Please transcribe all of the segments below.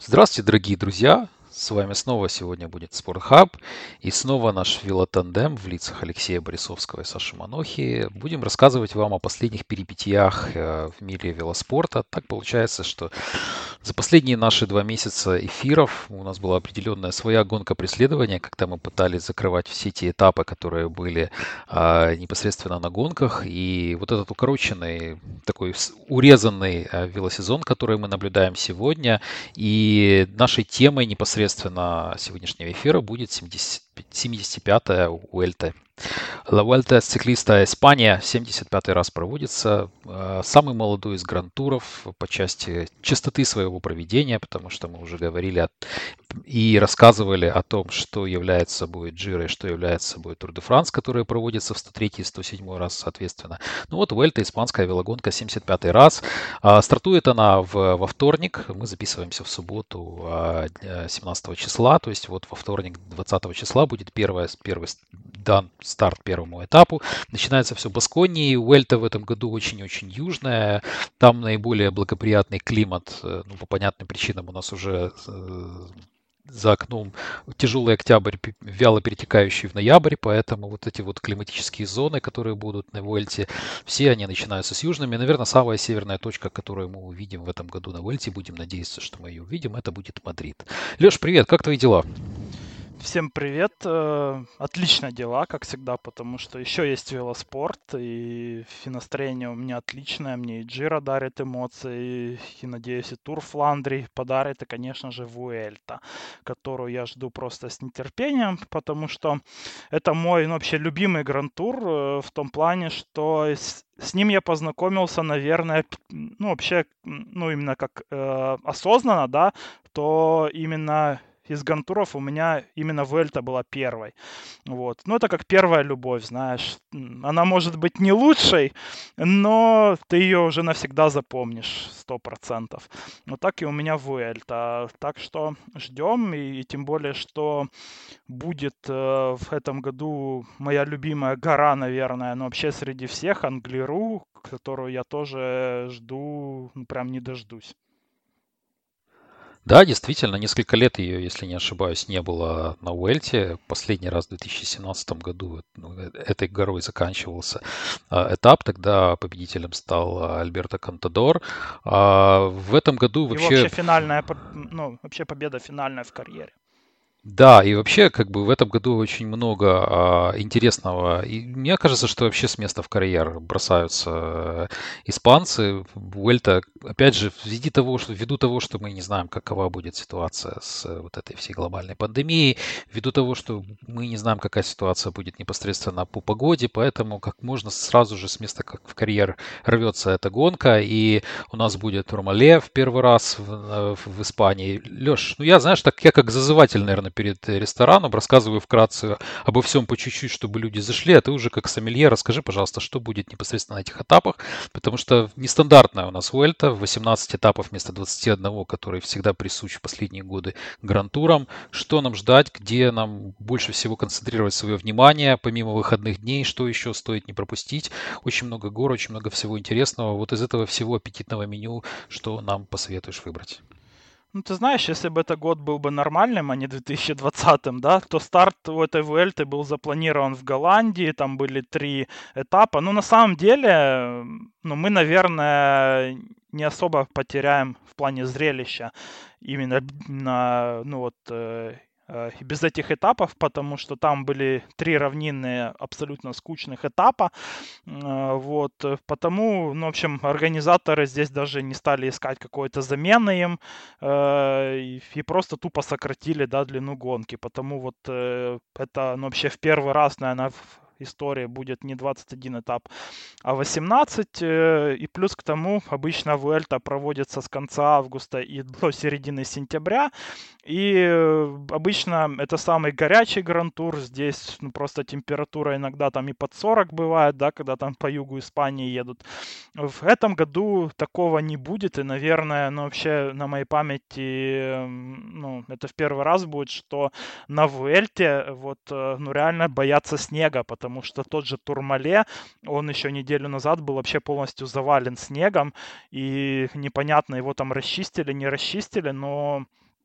Здравствуйте, дорогие друзья! С вами снова сегодня будет Спортхаб и снова наш велотандем в лицах Алексея Борисовского и Саши Манохи. Будем рассказывать вам о последних перипетиях в мире велоспорта. Так получается, что за последние наши 2 месяца эфиров у нас была определенная своя гонка преследования, когда мы пытались закрывать все те этапы, которые были непосредственно на гонках. И вот этот укороченный, такой урезанный велосезон, который мы наблюдаем сегодня, и нашей темой непосредственно сегодняшнего эфира будет 75-я Уэльта. La Vuelta Ciclista Испания 75-й раз проводится. Самый молодой из гран-туров по части частоты своего проведения, потому что мы уже говорили и рассказывали о том, что является собой Джиро и что является собой Тур де Франс, который проводится в 103-й и 107-й раз, соответственно. Ну вот Vuelta, испанская велогонка, 75-й раз. Стартует она во вторник. Мы записываемся в субботу 17 числа, то есть вот во вторник 20 числа будет первый дан старт первому этапу. Начинается все в Басконии. Уэльта в этом году очень-очень южная. Там наиболее благоприятный климат. Ну, по понятным причинам у нас уже за окном тяжелый октябрь, вяло перетекающий в ноябрь, поэтому вот эти вот климатические зоны, которые будут на Вуэльте, все они начинаются с южными. Наверное, самая северная точка, которую мы увидим в этом году на Вуэльте, будем надеяться, что мы ее увидим, это будет Мадрид. Леш, привет, как твои дела? Всем привет. Отлично дела, как всегда, потому что еще есть велоспорт, и настроение у меня отличное. Мне и Джиро дарит эмоции, и, надеюсь, и Тур Фландрии подарит, и, конечно же, Вуэльта, которую я жду просто с нетерпением, потому что это мой, ну, вообще любимый гран-тур в том плане, что с ним я познакомился, наверное, ну, вообще, ну, именно как осознанно, да, то именно из гантуров у меня именно Вельта была первой. Вот. Ну, это как первая любовь, знаешь. Она может быть не лучшей, но ты ее уже навсегда запомнишь, 100%. Вот так и у меня Вуэльта. Так что ждем, и тем более, что будет в этом году моя любимая гора, наверное, но вообще среди всех, Англиру, которую я тоже жду, ну, прям не дождусь. Да, действительно, несколько лет ее, если не ошибаюсь, не было на Уэльте. Последний раз в 2017 году этой горой заканчивался этап. Тогда победителем стал Альберто Контадор. В этом году И вообще вообще финальная, ну, вообще победа финальная в карьере. да, и вообще, как бы в этом году очень много интересного. И мне кажется, что вообще с места в карьер бросаются испанцы. Vuelta, опять же, ввиду того, что мы не знаем, какова будет ситуация с вот этой всей глобальной пандемией, ввиду того, что мы не знаем, какая ситуация будет непосредственно по погоде, поэтому как можно сразу же с места как в карьер рвется эта гонка, и у нас будет Ромале в первый раз в Испании. Леш, ну я, знаешь, так я как зазыватель, наверное, перед рестораном рассказываю вкратце обо всем по чуть-чуть, чтобы люди зашли, а ты уже как сомелье расскажи, пожалуйста, что будет непосредственно на этих этапах, потому что нестандартная у нас Vuelta, 18 этапов вместо 21, который всегда присущ в последние годы гран-турам. Что нам ждать, где нам больше всего концентрировать свое внимание, помимо выходных дней, что еще стоит не пропустить. Очень много гор, очень много всего интересного. Вот из этого всего аппетитного меню, что нам посоветуешь выбрать? Ну, ты знаешь, если бы этот год был бы нормальным, а не 2020, да, то старт у этой Vuelta был запланирован в Голландии, там были 3 этапа. Ну, на самом деле, ну, мы, наверное, не особо потеряем в плане зрелища именно на, ну, вот, без этих этапов, потому что там были 3 равнинные абсолютно скучных этапа. Вот, потому, ну, в общем, организаторы здесь даже не стали искать какой-то замены им, и просто тупо сократили, да, длину гонки. Потому вот это, ну, вообще в первый раз, наверное, в истории будет не 21 этап, а 18. И плюс к тому, обычно Vuelta проводится с конца августа и до середины сентября. И обычно это самый горячий гран-тур. Здесь, ну, просто температура иногда там и под 40 бывает, да, когда там по югу Испании едут. В этом году такого не будет. И, наверное, ну, вообще на моей памяти, ну, это в первый раз будет, что на Вуэльте вот, ну, реально боятся снега, потому что тот же Турмале, он еще неделю назад был вообще полностью завален снегом, и непонятно, его там расчистили, не расчистили, но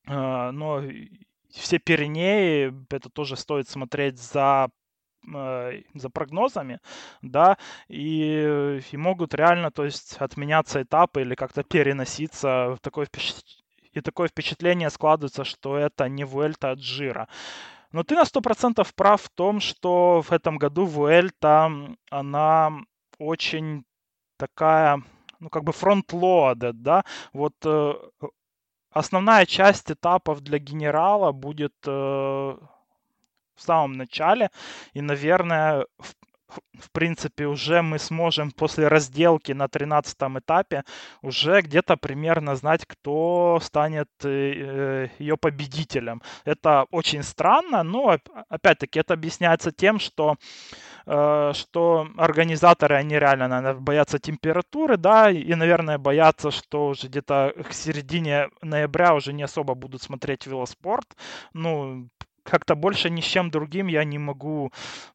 Но все Пиренеи, это тоже стоит смотреть за прогнозами, да, и могут реально, то есть, отменяться этапы или как-то переноситься. И такое впечатление складывается, что это не Vuelta от Джира. Но ты на 100% прав в том, что в этом году Vuelta, она очень такая, ну, как бы фронт-лоадед, да, вот основная часть этапов для генерала будет в самом начале, и, наверное, в принципе, уже мы сможем после разделки на 13-м этапе уже где-то примерно знать, кто станет ее победителем. Это очень странно, но опять-таки это объясняется тем, что организаторы, они реально, наверное, боятся температуры, да, и, наверное, боятся, что уже где-то к середине ноября уже не особо будут смотреть велоспорт. Ну, как-то больше ни с чем другим я не могу,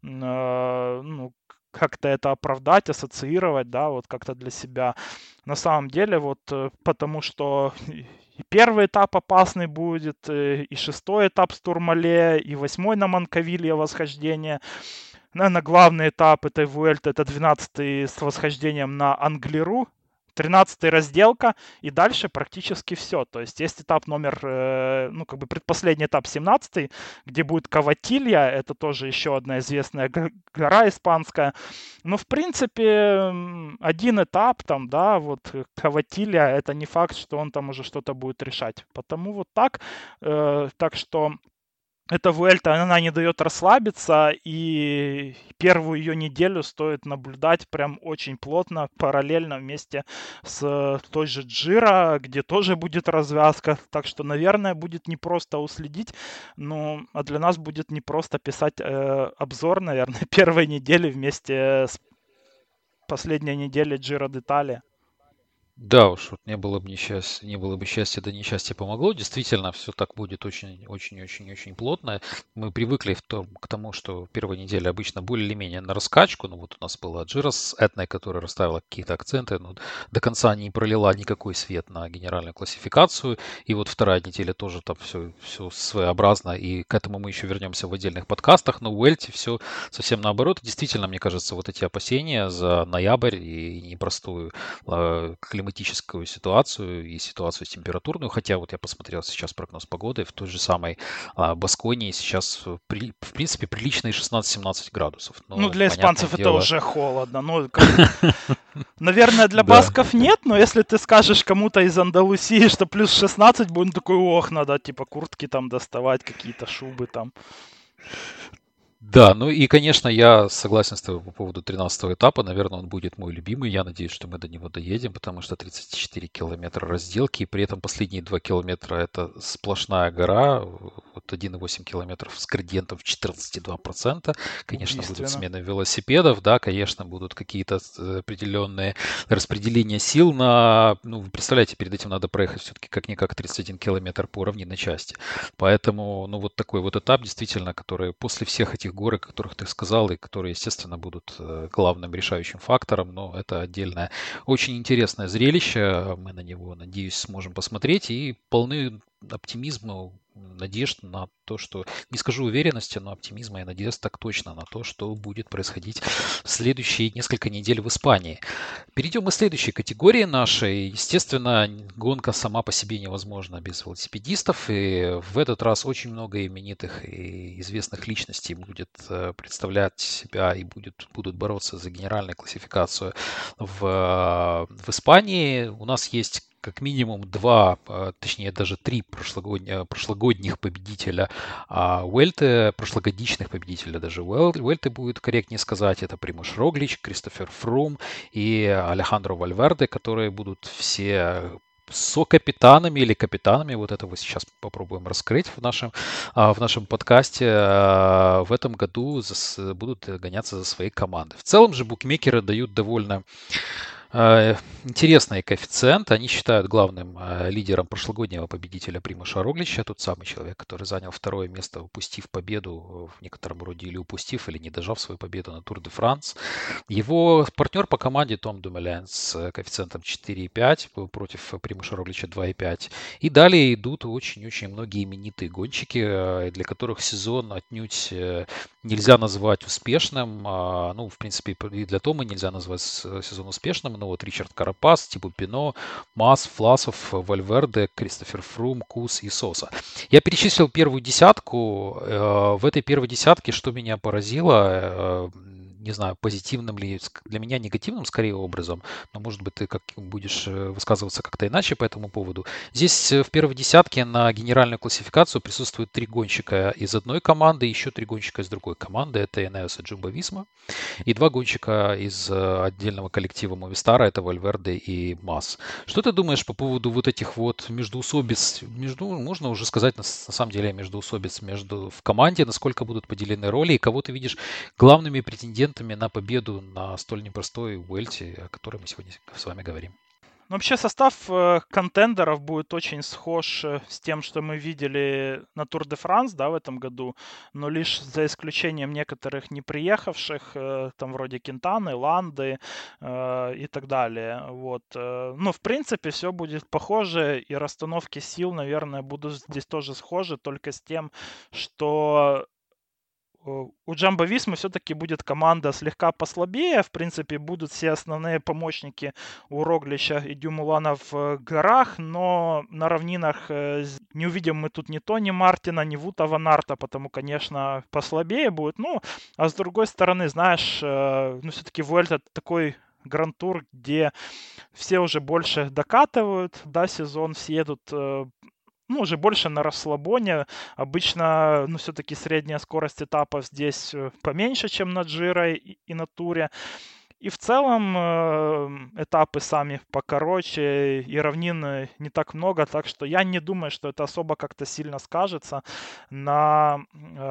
ну, как-то это оправдать, ассоциировать, да, вот как-то для себя. На самом деле, вот потому что и первый этап опасный будет, и шестой этап с Турмале, и восьмой на Манкавилье восхождение. Наверное, главный этап этой Vuelta — это 12-й с восхождением на Англеру, 13-й разделка, и дальше практически все. То есть есть этап номер, ну, как бы предпоследний этап 17-й, где будет Каватилья, это тоже еще одна известная гора испанская. Но, в принципе, один этап там, да, вот Каватилья, это не факт, что он там уже что-то будет решать. Потому вот так. Так что эта Vuelta, она не дает расслабиться, и первую ее неделю стоит наблюдать прям очень плотно, параллельно вместе с той же Джиро, где тоже будет развязка. Так что, наверное, будет непросто уследить, ну, а для нас будет непросто писать обзор, наверное, первой недели вместе с последней неделей Джиро d'Italia. Да уж, вот не было бы счастья, да несчастье помогло. Действительно, все так будет очень плотно. Мы привыкли к тому, что первая неделя обычно более или менее на раскачку. Ну вот у нас была Джира с Этной, которая расставила какие-то акценты, но до конца не пролила никакой свет на генеральную классификацию. И вот вторая неделя тоже там все своеобразно, и к этому мы еще вернемся в отдельных подкастах. Но в Уэльте все совсем наоборот. Действительно, мне кажется, вот эти опасения за ноябрь и непростую климатическую ситуацию и ситуацию с температурную, хотя вот я посмотрел сейчас прогноз погоды, в той же самой Басконии сейчас в принципе приличные 16-17 градусов. Ну, Но, для понятное испанцев это дело, уже холодно. Ну, как бы, наверное, для да. басков нет, но если ты скажешь кому-то из Андалусии, что плюс 16 будет, он такой, ох, надо типа куртки там доставать, какие-то шубы там. Да, ну и, конечно, я согласен с тобой по поводу 13-го этапа. Наверное, он будет мой любимый. Я надеюсь, что мы до него доедем, потому что 34 километра разделки, и при этом последние 2 километра — это сплошная гора. Вот 1,8 километров с градиентом в 14,2%. Конечно, будут Убийственно. смены велосипедов, да, конечно, будут какие-то определенные распределения сил ну, вы представляете, перед этим надо проехать все-таки как-никак 31 километр по равнинной части. Поэтому, ну, вот такой вот этап, действительно, который после всех этих гор, о которых ты сказал, и которые, естественно, будут главным решающим фактором, но это отдельное, очень интересное зрелище. Мы на него, надеюсь, сможем посмотреть и полны оптимизма, надежд на то, что, не скажу уверенности, но оптимизма и надежд так точно на то, что будет происходить в следующие несколько недель в Испании. Перейдем к следующей категории нашей. Естественно, гонка сама по себе невозможна без велосипедистов. И в этот раз очень много именитых и известных личностей будет представлять себя и будут бороться за генеральную классификацию в Испании. У нас есть как минимум два, точнее даже три прошлогодних победителя Уэльты, прошлогодичных победителя даже Уэльты будет корректнее сказать. Это Примуш Роглич, Кристофер Фрум и Алехандро Вальверде, которые будут все сокапитанами или капитанами, вот это вот сейчас попробуем раскрыть в нашем подкасте, в этом году будут гоняться за свои команды. В целом же букмекеры дают довольно Интересный коэффициент. Они считают главным лидером прошлогоднего победителя Примуша Роглича, тот самый человек, который занял второе место, упустив победу в некотором роде, или упустив, или не дожав свою победу на Тур де Франс. Его партнер по команде Том Думелен с коэффициентом 4,5 против Примуша Роглича 2,5. И далее идут очень-очень многие именитые гонщики, для которых сезон отнюдь нельзя назвать успешным. Ну, в принципе, и для Тома нельзя назвать сезон успешным. Но вот Ричард Карапас, Тибу Пино, Мас, Власов, Вальверде, Кристофер Фрум, Кус и Соса. Я перечислил первую десятку. В этой первой десятке, что меня поразило, не знаю, позитивным ли, для меня негативным скорее образом, но, может быть, ты как будешь высказываться как-то иначе по этому поводу. Здесь в первой десятке на генеральную классификацию присутствуют 3 гонщика из одной команды, еще 3 гонщика из другой команды. Это Энеос и Джумбо Висма. И 2 гонщика из отдельного коллектива Movistar, это Вальверде и Мас. Что ты думаешь по поводу вот этих вот междоусобиц, можно уже сказать на самом деле междоусобиц в команде, насколько будут поделены роли, и кого ты видишь главными претендентами на победу на столь непростой Vuelте, о которой мы сегодня с вами говорим? Ну, вообще состав контендеров будет очень схож с тем, что мы видели на Тур де Франс, да, в этом году, но лишь за исключением некоторых не приехавших, там вроде Кентаны, Ланды и так далее. Вот. Ну, в принципе, все будет похоже, и расстановки сил, наверное, будут здесь тоже схожи, только с тем, что у Джамбо Висмы все-таки будет команда слегка послабее. В принципе, будут все основные помощники у Роглича и Дюмулана в горах, но на равнинах не увидим мы тут ни Тони Мартина, ни Вута Ван Арта, потому, конечно, послабее будет. Ну, а с другой стороны, знаешь, ну, все-таки Vuelta такой гранд-тур, где все уже больше докатывают, да, сезон, все едут ну, уже больше на расслабоне. Обычно, ну, все-таки средняя скорость этапов здесь поменьше, чем на Джиро и на Туре. И в целом этапы сами покороче, и равнин не так много, так что я не думаю, что это особо как-то сильно скажется на,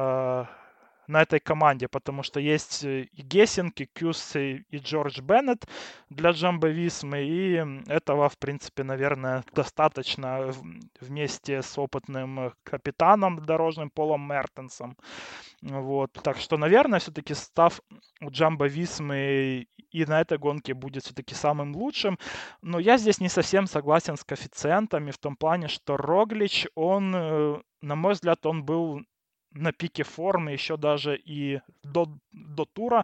на этой команде, потому что есть и Гессинг, и Кюс, и Джордж Беннет для Джамбо Висмы, и этого, в принципе, наверное, достаточно вместе с опытным капитаном дорожным Полом Мертенсом. Вот. Так что, наверное, все-таки состав у Джамбо Висмы и на этой гонке будет все-таки самым лучшим. Но я здесь не совсем согласен с коэффициентами в том плане, что Роглич, он, на мой взгляд, он был на пике формы еще даже и до тура.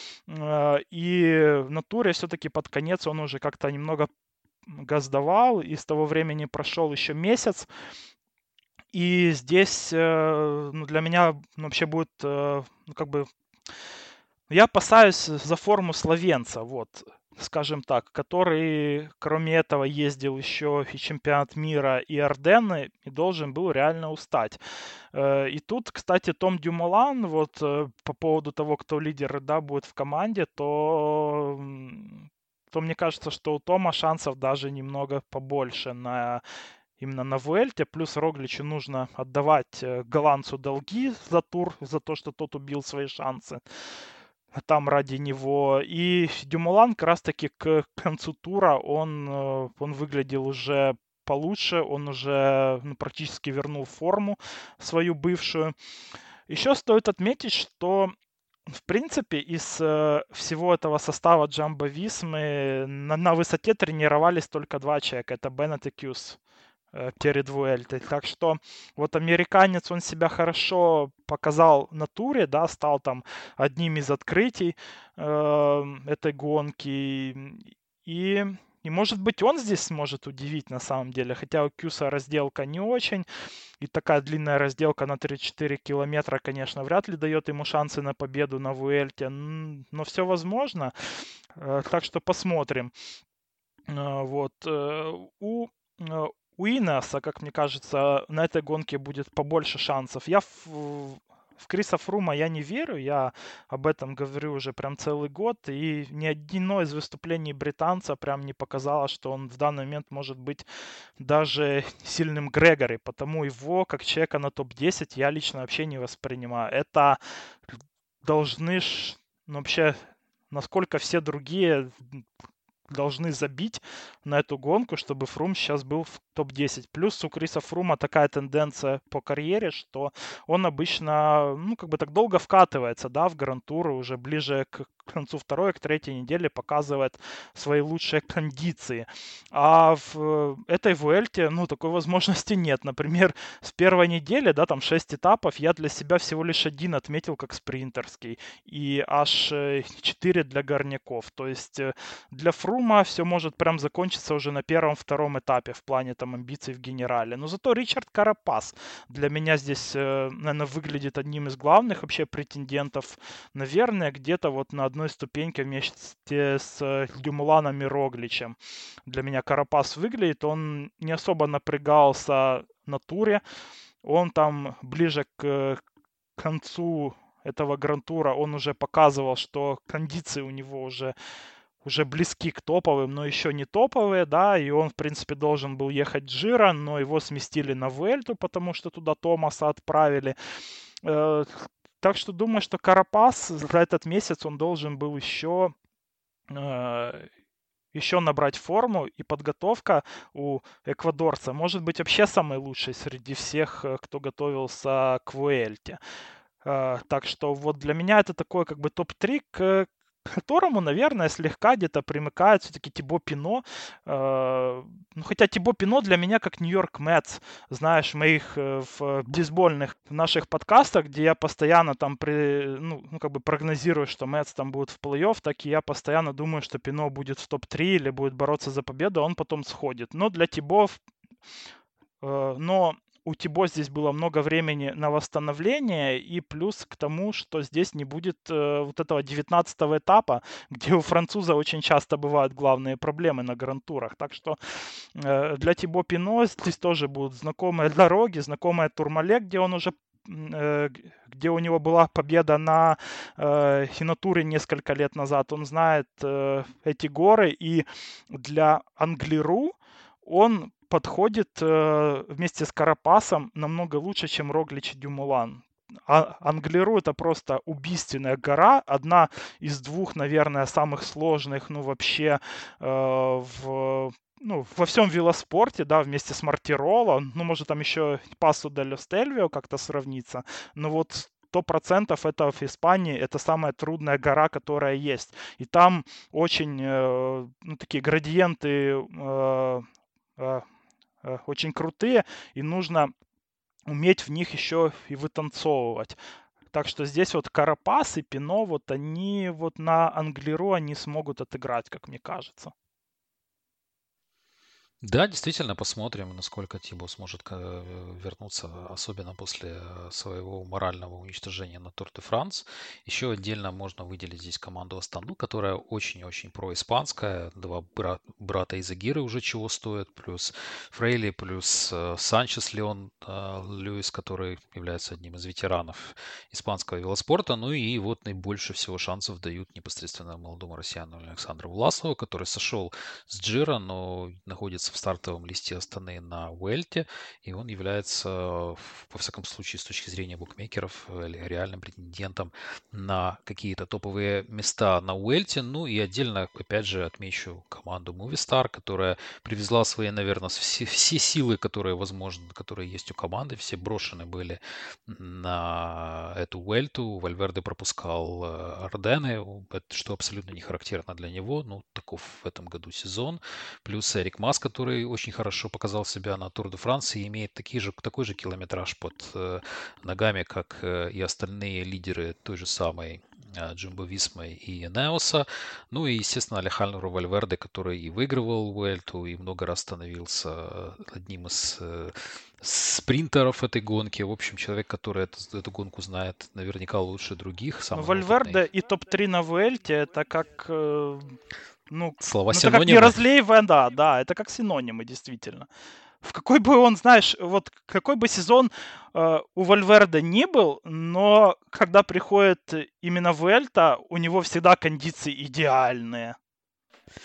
И на туре все-таки под конец он уже как-то немного газдовал, и с того времени прошел еще месяц. И здесь ну, для меня вообще будет, ну, как бы, я опасаюсь за форму словенца, вот, скажем так, который, кроме этого, ездил еще и чемпионат мира, и Арденны, и должен был реально устать. И тут, кстати, Том Дюмолан, вот по поводу того, кто лидер, да, будет в команде, то мне кажется, что у Тома шансов даже немного побольше именно на Vuelте. Плюс Рогличу нужно отдавать голландцу долги за тур, за то, что тот убил свои шансы там ради него. И Дюмолан как раз-таки к концу тура он выглядел уже получше, он уже практически вернул форму свою бывшую. Еще стоит отметить, что в принципе, из всего этого состава Джамбо Висмы на высоте тренировались только 2 человека. Это Беннет и Кьюс перед Вуэльтой. Так что вот американец, он себя хорошо показал на туре, да, стал там одним из открытий этой гонки. И, может быть, он здесь сможет удивить на самом деле. Хотя у Кьюса разделка не очень. И такая длинная разделка на 34 километра, конечно, вряд ли дает ему шансы на победу на Вуэльте. Но все возможно. Так что посмотрим. Вот. У Инеса, как мне кажется, на этой гонке будет побольше шансов. Я в Криса Фрума я не верю, я об этом говорю уже прям целый год, и ни одно из выступлений британца прям не показало, что он в данный момент может быть даже сильным Грегори, потому его, как человека на топ-10, я лично вообще не воспринимаю. Это должны, ну, вообще, насколько все другие должны забить на эту гонку, чтобы Фрум сейчас был в топ-10. Плюс у Криса Фрума такая тенденция по карьере, что он обычно, ну, как бы так долго вкатывается, да, в гран-туры, уже ближе к концу второй, к третьей недели показывает свои лучшие кондиции. А в этой Vuelta, ну, такой возможности нет. Например, с первой недели, да, там 6 этапов, я для себя всего лишь один отметил как спринтерский. И аж 4 для горняков. То есть для Фрума все может прям закончиться уже на первом-втором этапе в плане там амбиций в генерале. Но зато Ричард Карапас для меня здесь, наверное, выглядит одним из главных вообще претендентов. Наверное, где-то вот на одной ступеньке вместе с Дюмуланом и Рогличем. Для меня Карапас выглядит. Он не особо напрягался на туре. Он там ближе к концу этого гран-тура он уже показывал, что кондиции у него уже близки к топовым, но еще не топовые, да, и он, в принципе, должен был ехать Джиро, но его сместили на Vueltu, потому что туда Томаса отправили. Так что думаю, что Карапас за этот месяц он должен был еще набрать форму, и подготовка у эквадорца может быть вообще самой лучшей среди всех, кто готовился к Vuelте. Так что вот для меня это такой как бы топ-3, к которому, наверное, слегка где-то примыкает все-таки Тибо Пино. Ну, хотя Тибо Пино для меня как Нью-Йорк Мэтс, знаешь, моих в бейсбольных наших подкастах, где я постоянно там как бы прогнозирую, что Мэтс там будут в плей-офф, так и я постоянно думаю, что Пино будет в топ-3 или будет бороться за победу, а он потом сходит. Но для Тибо но у Тибо здесь было много времени на восстановление, и плюс к тому, что здесь не будет вот этого 19-го этапа, где у француза очень часто бывают главные проблемы на гран-турах. Так что для Тибо Пино здесь тоже будут знакомые дороги, знакомая Турмале, где он уже где у него была победа на Хинатуре несколько лет назад. Он знает эти горы, и для Англиру он подходит вместе с Карапасом намного лучше, чем Роглич и Дюмулан. Англиру это просто убийственная гора, одна из двух, наверное, самых сложных, ну, вообще во всем велоспорте, да, вместе с Мартироло, ну, может, там еще Пасо дель Стельвио как-то сравниться, но вот 100% это в Испании, это самая трудная гора, которая есть. И там очень такие градиенты очень крутые, и нужно уметь в них еще и вытанцовывать. Так что здесь вот Карапас и Пино, вот они вот на Англиру они смогут отыграть, как мне кажется. Да, действительно, посмотрим, насколько Тибо сможет вернуться, особенно после своего морального уничтожения на Тур де Франс. Еще отдельно можно выделить здесь команду Астану, которая очень-очень происпанская. Два брата из Агиры уже чего стоят, плюс Фрейли, плюс Санчес Леон Льюис, который является одним из ветеранов испанского велоспорта. Ну и вот наибольше всего шансов дают непосредственно молодому россиянину Александру Власову, который сошел с Джира, но находится в стартовом листе Астаны на Уэльте, и он является, во всяком случае, с точки зрения букмекеров, реальным претендентом на какие-то топовые места на Уэльте. Ну и отдельно, опять же, отмечу команду Movistar, которая привезла свои, наверное, все силы, которые возможны, которые есть у команды, все брошены были на эту Уэльту. Вальверде пропускал Арденны, что абсолютно не характерно для него, ну, таков в этом году сезон. Плюс Эрик Mas, который очень хорошо показал себя на Тур де Франс и имеет такой же километраж под ногами, как и остальные лидеры той же самой Джумбо Висмы и Неоса. Ну и, естественно, Алехандро Вальверде, который и выигрывал Vueltu, и много раз становился одним из спринтеров этой гонки. В общем, человек, который эту гонку знает наверняка лучше других. Вальверде и топ-3 на Vuelте это как... Слова это как не синонимы. разлей вода, да, это как синонимы, действительно. В какой бы он, знаешь, вот какой бы сезон у Вальверде ни был, но когда приходит именно Vuelta, у него всегда кондиции идеальные.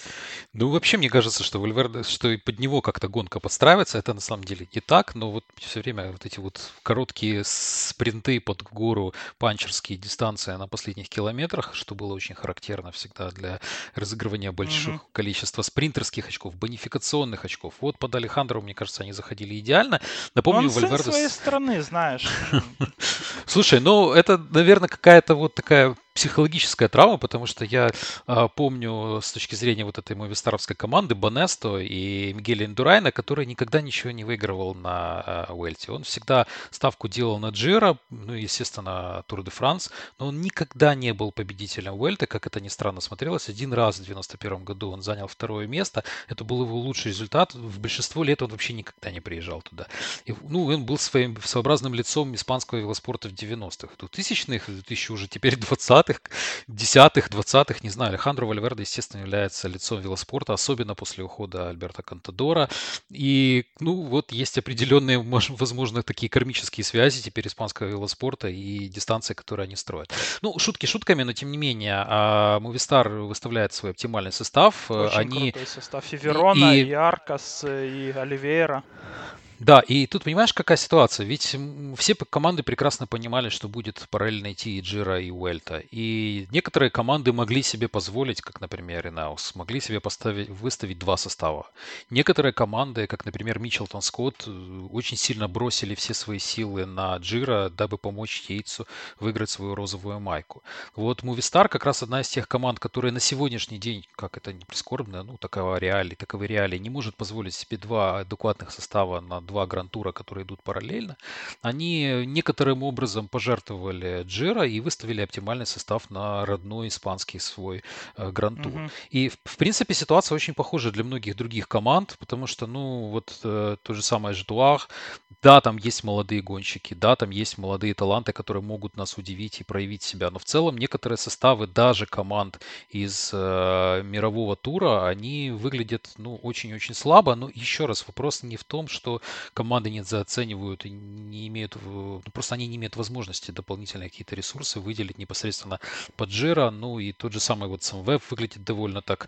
Ну, вообще, мне кажется, что Вальверде, что и под него как-то гонка подстраивается. Это на самом деле не так, но вот все время вот эти вот короткие спринты под гору, панчерские дистанции на последних километрах, что было очень характерно всегда для разыгрывания Мгм. больших количества спринтерских очков, бонификационных очков. Вот под Алехандро, мне кажется, они заходили идеально. Но он Напомню, сын Вальверде своей страны, знаешь. Слушай, ну это, наверное, какая-то вот такая психологическая травма, потому что я помню с точки зрения вот этой мовистаровской команды Бонесто и Мигеля Индурайна, который никогда ничего не выигрывал на Уэльте. Он всегда ставку делал на Джиро, ну, естественно, Тур де Франс, но он никогда не был победителем Уэльта, как это ни странно смотрелось. Один раз в 91 году он занял второе место, это был его лучший результат. В большинство лет он вообще никогда не приезжал туда. И, ну, он был своим своеобразным лицом испанского велоспорта в 90-х, в 2000-х, в 2000 уже теперь 20-х, 10-х, 20-х, не знаю. Алехандро Вальверде, естественно, является лицом велоспорта, особенно после ухода Альберто Контадора. И, ну, вот есть определенные, возможно, такие кармические связи теперь испанского велоспорта и дистанции, которые они строят. Ну, шутки шутками, но тем не менее, Movistar выставляет свой оптимальный состав. Очень Они крутой состав. И и, Верона, и и Аркас, и Оливейра. Да, и тут понимаешь, какая ситуация? Ведь все команды прекрасно понимали, что будет параллельно идти и Джира, и Уэльта. И некоторые команды могли себе позволить, как, например, Инаус, могли себе выставить два состава. Некоторые команды, как, например, Мичелтон Скотт, очень сильно бросили все свои силы на Джира, дабы помочь Йейтсу выиграть свою розовую майку. Вот Movistar как раз одна из тех команд, которая на сегодняшний день, как это не прискорбно, ну, таковы реалии, не может позволить себе два адекватных состава на два гран-тура, которые идут параллельно. Они некоторым образом пожертвовали Джиро и выставили оптимальный состав на родной испанский свой гран-тур. Мгм. И, в принципе, ситуация очень похожа для многих других команд, потому что, ну, вот то же самое Житуах, да, там есть молодые гонщики, да, там есть молодые таланты, которые могут нас удивить и проявить себя, но в целом некоторые составы даже команд из мирового тура, они выглядят, ну, очень-очень слабо. Но еще раз, вопрос не в том, что команды недооценивают и не имеют, ну, просто они не имеют возможности дополнительные какие-то ресурсы выделить непосредственно под Джира. Ну и тот же самый вот Самвеб выглядит довольно так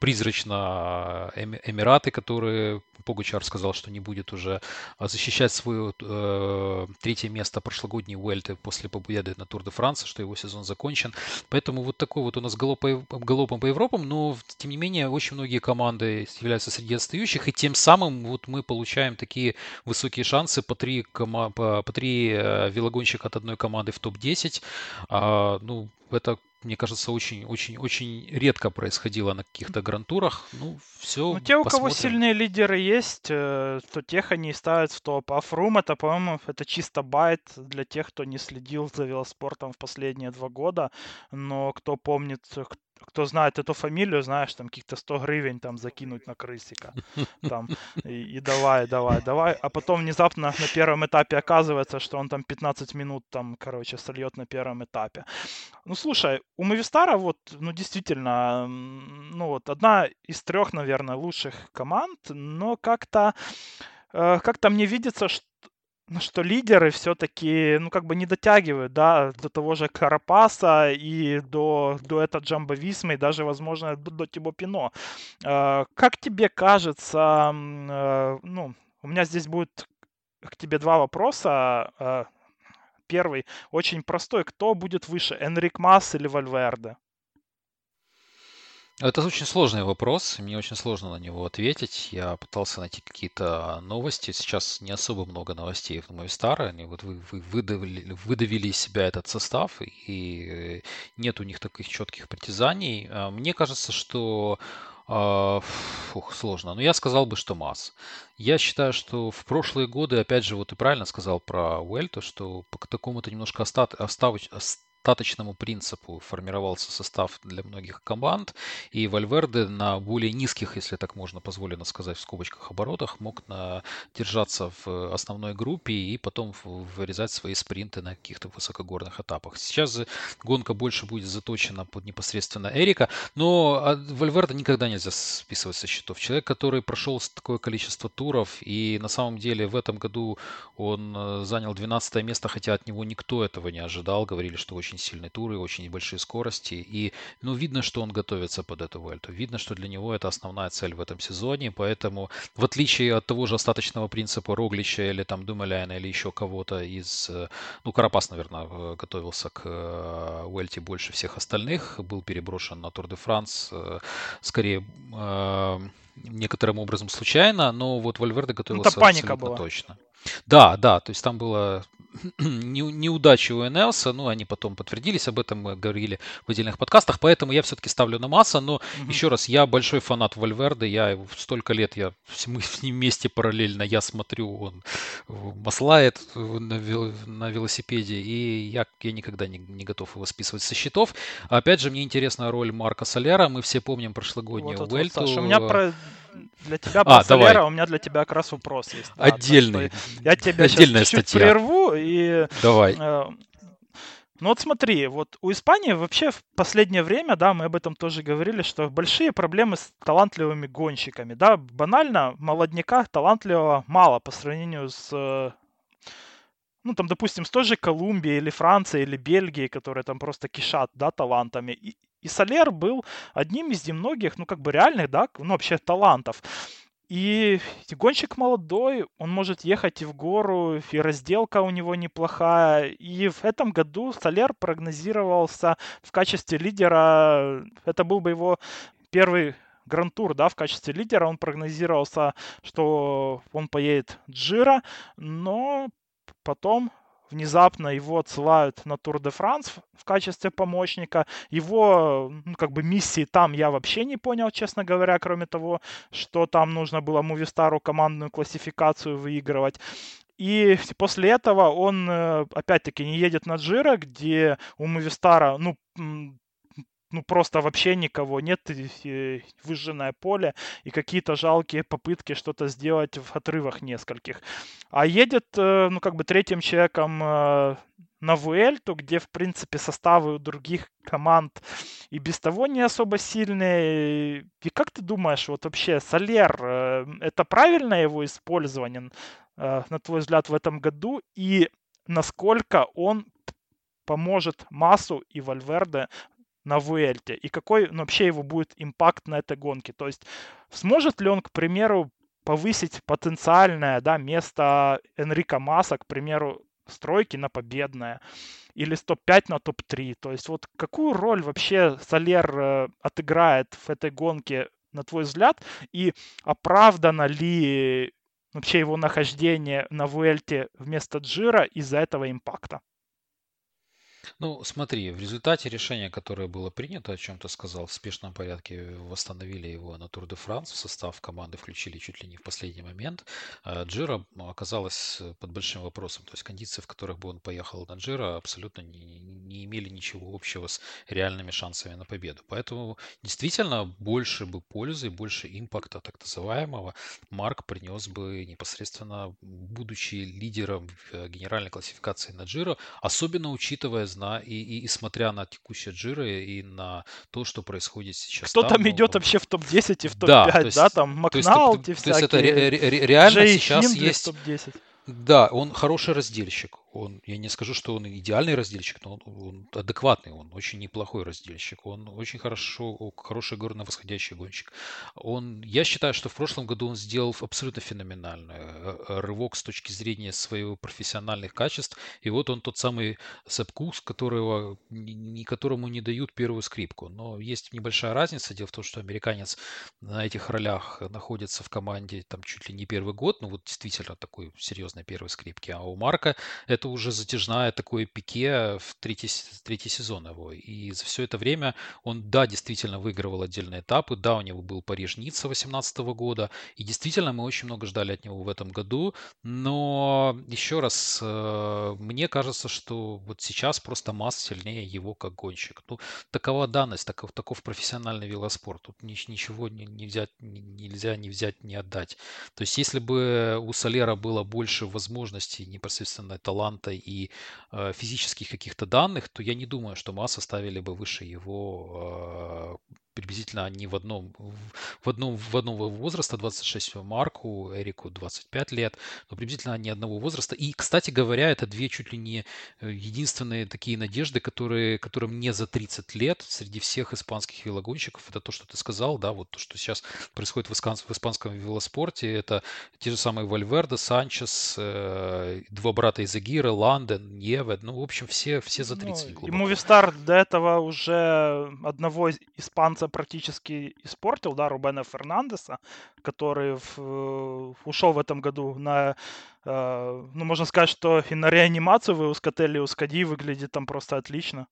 призрачно. Эмираты, которые Погучар сказал, что не будет уже защищать свое третье место прошлогодней Уэльты после победы на Тур де Франс, что его сезон закончен. Поэтому вот такой вот у нас галопом по Европам, но тем не менее очень многие команды являются среди отстающих, и тем самым вот мы получаем такие высокие шансы по три велогонщика от одной команды в топ-10. Ну, это, мне кажется, очень редко происходило на каких-то гран-турах. Ну, все, Ну, те, у кого посмотрим. сильные лидеры есть, то тех они и ставят в топ. А Фрум это, по-моему, это чисто байт для тех, кто не следил за велоспортом в последние 2 года. Но кто помнит, кто знает эту фамилию, знаешь, там каких-то 100 гривен там закинуть на крысика. Там, и давай, давай, давай. А потом внезапно на первом этапе оказывается, что он там 15 минут там, короче, сольет на первом этапе. Ну, слушай, у Movistar вот, ну, действительно, ну, вот одна из 3, наверное, лучших команд, но как-то мне видится, ну, что лидеры все-таки, ну, как бы не дотягивают, да, до того же Карапаса и до этого Джамбо Висмы, и даже, возможно, до Тибо Пино. Как тебе кажется, ну, у меня здесь будет к тебе 2 вопроса. Первый очень простой. Кто будет выше, Энрик Мас или Вальверде? Это очень сложный вопрос, и мне очень сложно на него ответить. Я пытался найти какие-то новости. Сейчас не особо много новостей в Movistar. Они вот выдавили из себя этот состав, и нет у них таких четких притязаний. Мне кажется, что сложно. Но я сказал бы, что Мас. Я считаю, что в прошлые годы, опять же, вот ты правильно сказал про Уэльту, что по такому-то немножко остаточному принципу формировался состав для многих команд, и Вальверде на более низких, если так можно позволено сказать, в скобочках оборотах, мог держаться в основной группе и потом вырезать свои спринты на каких-то высокогорных этапах. Сейчас гонка больше будет заточена под непосредственно Эрика, но Вальверде никогда нельзя списывать со счетов. Человек, который прошел такое количество туров, и на самом деле в этом году он занял 12 место, хотя от него никто этого не ожидал. Говорили, что очень очень сильные туры, очень большие скорости. И, ну, видно, что он готовится под эту Vuelta. Видно, что для него это основная цель в этом сезоне. Поэтому, в отличие от того же остаточного принципа Роглича или там Думеляна или еще кого-то из... Ну, Карапас, наверное, готовился к Vuelте больше всех остальных. Был переброшен на Тур де Франс. Скорее, некоторым образом случайно, но вот Вальверде Ну, там готовился паника абсолютно была. точно. Да, да, то есть там было неудачи у Энелса, ну, они потом подтвердились, об этом мы говорили в отдельных подкастах, поэтому я все-таки ставлю на Масса, но Мгм. еще раз, я большой фанат Вальверде, столько лет, мы с ним вместе параллельно, я смотрю, он маслает на велосипеде, и я никогда не готов его списывать со счетов. Опять же, мне интересна роль Марка Солера, мы все помним прошлогоднюю Вот, Саша, у меня Уэльту. для тебя про Давай, Солера, у меня для тебя как раз вопрос есть, да, так что отдельный, я тебя сейчас отдельная чуть-чуть статья. прерву и Давай. ну вот смотри, вот у Испании вообще в последнее время, да, мы об этом тоже говорили, что большие проблемы с талантливыми гонщиками, да, банально молодняка талантливого мало по сравнению с, ну там, допустим, с той же Колумбией или Францией или Бельгией, которые там просто кишат, да, талантами. И Солер был одним из немногих, ну как бы реальных, да, ну вообще талантов. И гонщик молодой, он может ехать и в гору, и разделка у него неплохая. И в этом году Солер прогнозировался в качестве лидера. Это был бы его первый гран-тур, да, в качестве лидера. Он прогнозировался, что он поедет Джиро, но потом внезапно его отсылают на Тур де Франс в качестве помощника. Его, ну, как бы миссии там я вообще не понял, честно говоря, кроме того, что там нужно было Мувистару командную классификацию выигрывать. И после этого он, опять-таки, не едет на Джиро, где у Мувистара, ну просто вообще никого нет, выжженное поле и какие-то жалкие попытки что-то сделать в отрывах нескольких. А едет, ну как бы третьим человеком на Вуэльту, где, в принципе, составы у других команд и без того не особо сильные. И как ты думаешь, вот вообще Солер, это правильное его использование, на твой взгляд, в этом году? И насколько он поможет Массу и Вальверде на Vuelta и какой вообще его будет импакт на этой гонке. То есть сможет ли он, к примеру, повысить потенциальное, да, место Энрика Маса, к примеру, с тройки на победное или с топ-5 на топ-3. То есть вот какую роль вообще Солер отыграет в этой гонке, на твой взгляд, и оправдано ли вообще его нахождение на Vuelta вместо Джира из-за этого импакта? Ну, смотри, в результате решения, которое было принято, о чем ты сказал, в спешном порядке восстановили его на Тур де Франс, в состав команды включили чуть ли не в последний момент. Джиро оказалась под большим вопросом. То есть кондиции, в которых бы он поехал на Джиро, абсолютно не имели ничего общего с реальными шансами на победу. Поэтому действительно больше бы пользы, больше импакта так называемого Марк принес бы непосредственно, будучи лидером в генеральной классификации на Джиро, особенно учитывая и смотря на текущее Джиро и на то, что происходит сейчас Кто там, там ну, идет вообще в топ-10 и в да, топ-5, да? Там то есть, Макналти то есть это всякие, реально Джей сейчас Хиндли в есть, топ-10. да, он хороший разделщик. Я не скажу, что он идеальный разделщик, но он адекватный, он очень неплохой разделщик, он очень хороший горно-восходящий гонщик. Я считаю, что в прошлом году он сделал абсолютно феноменальный рывок с точки зрения своих профессиональных качеств. И вот он тот самый Сэп-Кукс, которому не дают первую скрипку. Но есть небольшая разница. Дело в том, что американец на этих ролях находится в команде там чуть ли не первый год, ну вот действительно такой серьезной первой скрипки. А у Марка это уже затяжная такое пике в третий сезон его. И за все это время он, да, действительно выигрывал отдельные этапы, да, у него был Париж-Ницца 2018 года, и действительно мы очень много ждали от него в этом году, но еще раз, мне кажется, что вот сейчас просто Масс сильнее его как гонщик. Ну, такова данность, таков профессиональный велоспорт. Тут ничего нельзя не взять, не отдать. То есть, если бы у Солера было больше возможностей, непосредственно таланта и физических каких-то данных, то я не думаю, что Масса ставили бы выше его приблизительно они в одном возраста, 26 Марку, Эрику 25 лет, но приблизительно они одного возраста. И, кстати говоря, это две чуть ли не единственные такие надежды, которым не за 30 лет среди всех испанских велогонщиков. Это то, что ты сказал, да, вот то, что сейчас происходит в испанском велоспорте. Это те же самые Вальверде, Санчес, два брата из Агиры, Ланден, Ньеве. Ну, в общем, все за Ну, 30 и глубоко. Movistar до этого уже одного испанца практически испортил, да, Рубена Фернандеса, который ушел в этом году ну, можно сказать, что и на реанимацию в Эускотеле Эускади выглядит там просто отлично.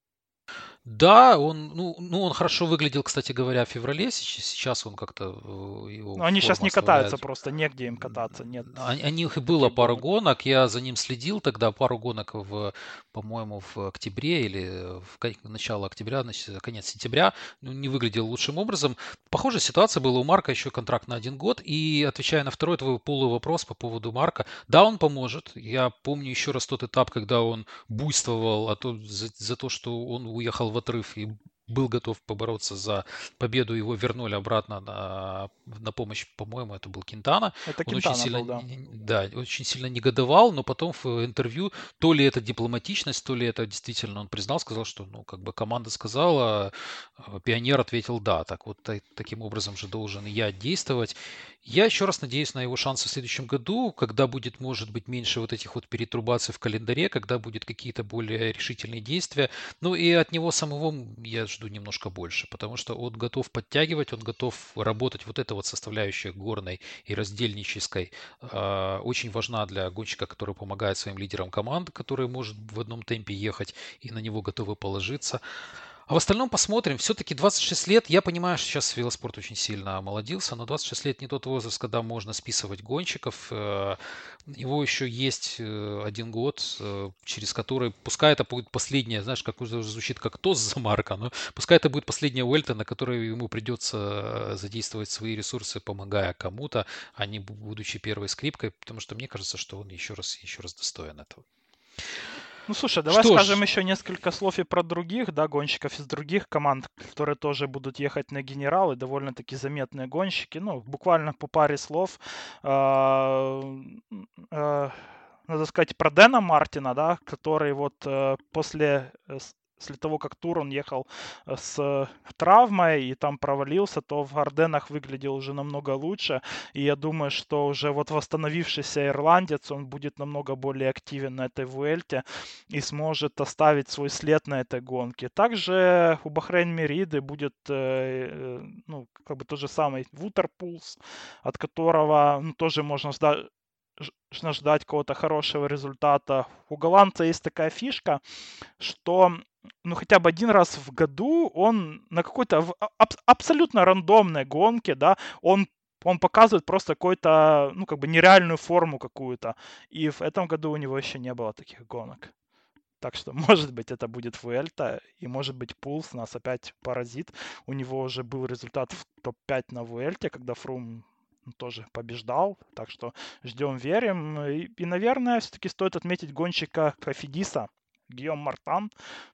Да, он хорошо выглядел, кстати говоря, в феврале. Сейчас он как-то его Но они сейчас форма не катаются оставляет. просто, негде им кататься, нет О них и было таких пару гонок. гонок. Я за ним следил тогда, пару гонок, по-моему, в октябре или начало октября, значит, конец сентября. Ну, не выглядел лучшим образом. Похожая ситуация была у Марка, еще контракт на 1 год. И отвечая на второй твой полый вопрос по поводу Марка, да, он поможет. Я помню еще раз тот этап, когда он буйствовал за то, что он уехал в отрыв и был готов побороться за победу, его вернули обратно на помощь, по-моему, это был Кентана. Это Он очень Кентана сильно, был, да. да, очень сильно негодовал, но потом в интервью то ли это дипломатичность, то ли это действительно он признал, сказал, что, ну, как бы команда сказала, пионер ответил да. Так вот, таким образом же должен и я действовать. Я еще раз надеюсь на его шансы в следующем году, когда будет, может быть, меньше вот этих вот перетрубаций в календаре, когда будет какие-то более решительные действия. Ну и от него самого я жду немножко больше, потому что он готов подтягивать, он готов работать. Вот эта вот составляющая горной и раздельнической очень важна для гонщика, который помогает своим лидерам команды, который может в одном темпе ехать и на него готовы положиться. А в остальном посмотрим. Все-таки 26 лет. Я понимаю, что сейчас велоспорт очень сильно омолодился, но 26 лет не тот возраст, когда можно списывать гонщиков. У него еще есть 1 год, через который, пускай это будет последняя, знаешь, как уже звучит как тост за Марка, но пускай это будет последняя Уэльта, на которой ему придется задействовать свои ресурсы, помогая кому-то, а не будучи первой скрипкой, потому что мне кажется, что он еще раз достоин этого. Ну, слушай, давай Что скажем ж, еще несколько слов и про других, да, гонщиков из других команд, которые тоже будут ехать на генералы, довольно-таки заметные гонщики. Ну, буквально по паре слов. А, а, Надо сказать про Дэна Мартина, да, который вот после того, как тур он ехал с травмой и там провалился, то в Арденнах выглядел уже намного лучше. И я думаю, что уже вот восстановившийся ирландец, он будет намного более активен на этой Vuelте и сможет оставить свой след на этой гонке. Также у Бахрейн Мериды будет, ну, как бы тот же самый Вутерпулс, от которого, ну, тоже можно ждать какого-то хорошего результата. У голландца есть такая фишка, что ну хотя бы один раз в году он на какой-то абсолютно рандомной гонке, да, он показывает просто какую-то, ну, как бы нереальную форму какую-то. И в этом году у него еще не было таких гонок. Так что, может быть, это будет Vuelta, и, может быть, Пулс нас опять поразит. У него уже был результат в топ-5 на Vuelta, когда Фрум тоже побеждал. Так что ждем, верим. Наверное, все-таки стоит отметить гонщика Кофидиса, Гийом Мартан,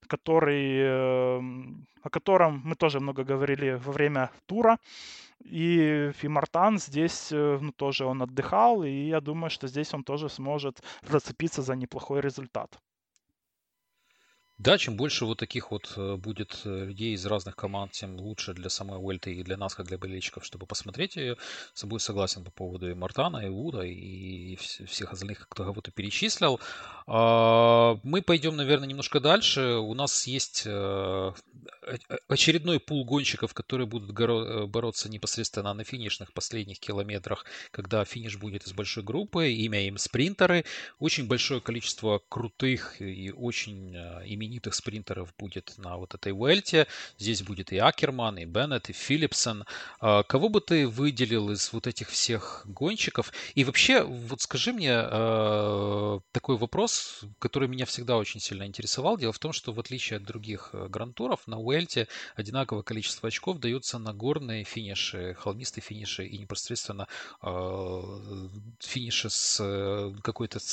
о котором мы тоже много говорили во время тура. И Мартан здесь, ну, тоже он отдыхал, и я думаю, что здесь он тоже сможет зацепиться за неплохой результат. да, чем больше вот таких вот будет людей из разных команд, тем лучше для самой Уэльты и для нас, как для болельщиков, чтобы посмотреть ее. С собой согласен по поводу и Мартана, и Вуда, и всех остальных, кто кого-то перечислил. Мы пойдем, наверное, немножко дальше. У нас есть очередной пул гонщиков, которые будут бороться непосредственно на финишных последних километрах, когда финиш будет из большой группы. Имя им спринтеры. Очень большое количество крутых и очень именитых спринтеров будет на вот этой Vuelте. Здесь будет и Акерман, и Беннет, и Филлипсон. Кого бы ты выделил из вот этих всех гонщиков? И вообще, вот скажи мне такой вопрос, который меня всегда очень сильно интересовал. Дело в том, что в отличие от других гран-туров, на Vuelте одинаковое количество очков дается на горные финиши, холмистые финиши и непосредственно финиши с какой-то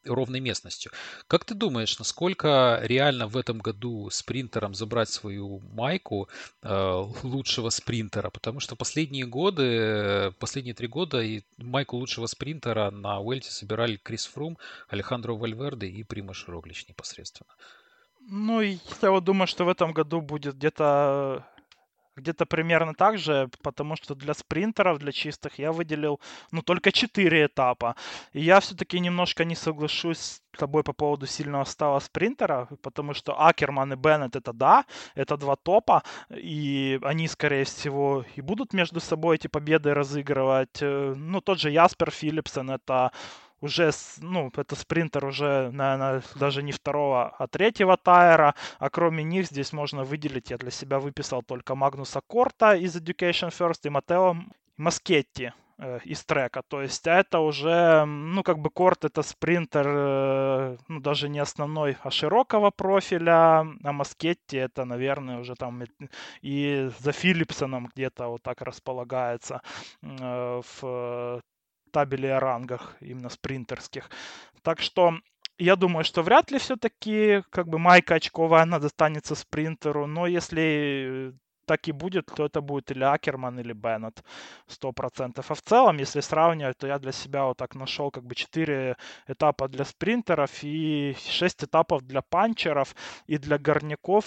ровной местностью. Как ты думаешь, насколько реально в этом году спринтерам забрать свою майку лучшего спринтера? Потому что последние годы, последние 3 года и майку лучшего спринтера на Уэльте собирали Крис Фрум, Алехандро Вальверде и Примаш Роглич непосредственно. Ну, и я вот думаю, что в этом году будет где-то примерно так же, потому что для спринтеров, для чистых, я выделил, ну, только 4 этапа. И я все-таки немножко не соглашусь с тобой по поводу сильного става спринтера, потому что Акерман и Беннет это да, это 2 топа, и они, скорее всего, и будут между собой эти победы разыгрывать. Ну, тот же Яспер Филипсен, это уже, ну, это спринтер уже, наверное, даже не второго, а третьего тайра, а кроме них здесь можно выделить, я для себя выписал только Магнуса Корта из Education First и Матео Маскетти из трека. То есть это уже, ну, как бы Корт это спринтер, ну, даже не основной, а широкого профиля, а Маскетти это, наверное, уже там и за Филлипсоном где-то вот так располагается в табеле о рангах, именно спринтерских. Так что я думаю, что вряд ли все-таки как бы майка очковая, она достанется спринтеру, но если так и будет, то это будет или Акерман, или Беннет, 100%. А в целом, если сравнивать, то я для себя вот так нашел как бы 4 этапа для спринтеров и 6 этапов для панчеров, и для горняков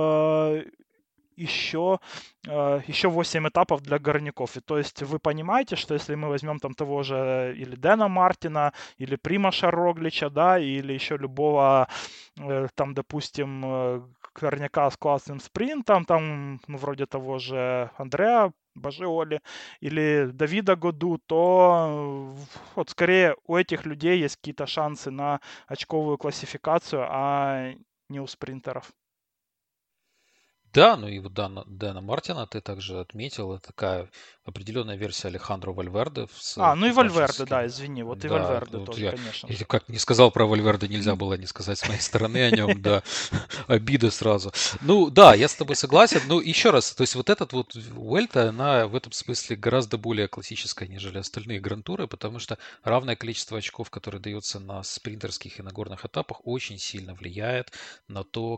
еще 8 этапов для горняков. И то есть вы понимаете, что если мы возьмем там того же или Дэна Мартина, или Примаша Роглича, да, или еще любого там, допустим, горняка с классным спринтом, там, ну, вроде того же Андреа Бажиоли или Давида Году, то вот скорее у этих людей есть какие-то шансы на очковую классификацию, а не у спринтеров. Да, ну и вот Дэна Мартина ты также отметил. Это такая определенная версия Алехандро Вальверде с Ну и Вальверде, да, классическим. извини, вот и Да, Вальверде вот тоже, конечно я же. как не сказал про Вальверде, нельзя было не сказать с моей стороны о нем, да. Обида сразу. Ну да, я с тобой согласен. Ну еще раз, то есть вот этот вот Vuelta, она в этом смысле гораздо более классическая, нежели остальные гран-туры, потому что равное количество очков, которое дается на спринтерских и на горных этапах, очень сильно влияет на то,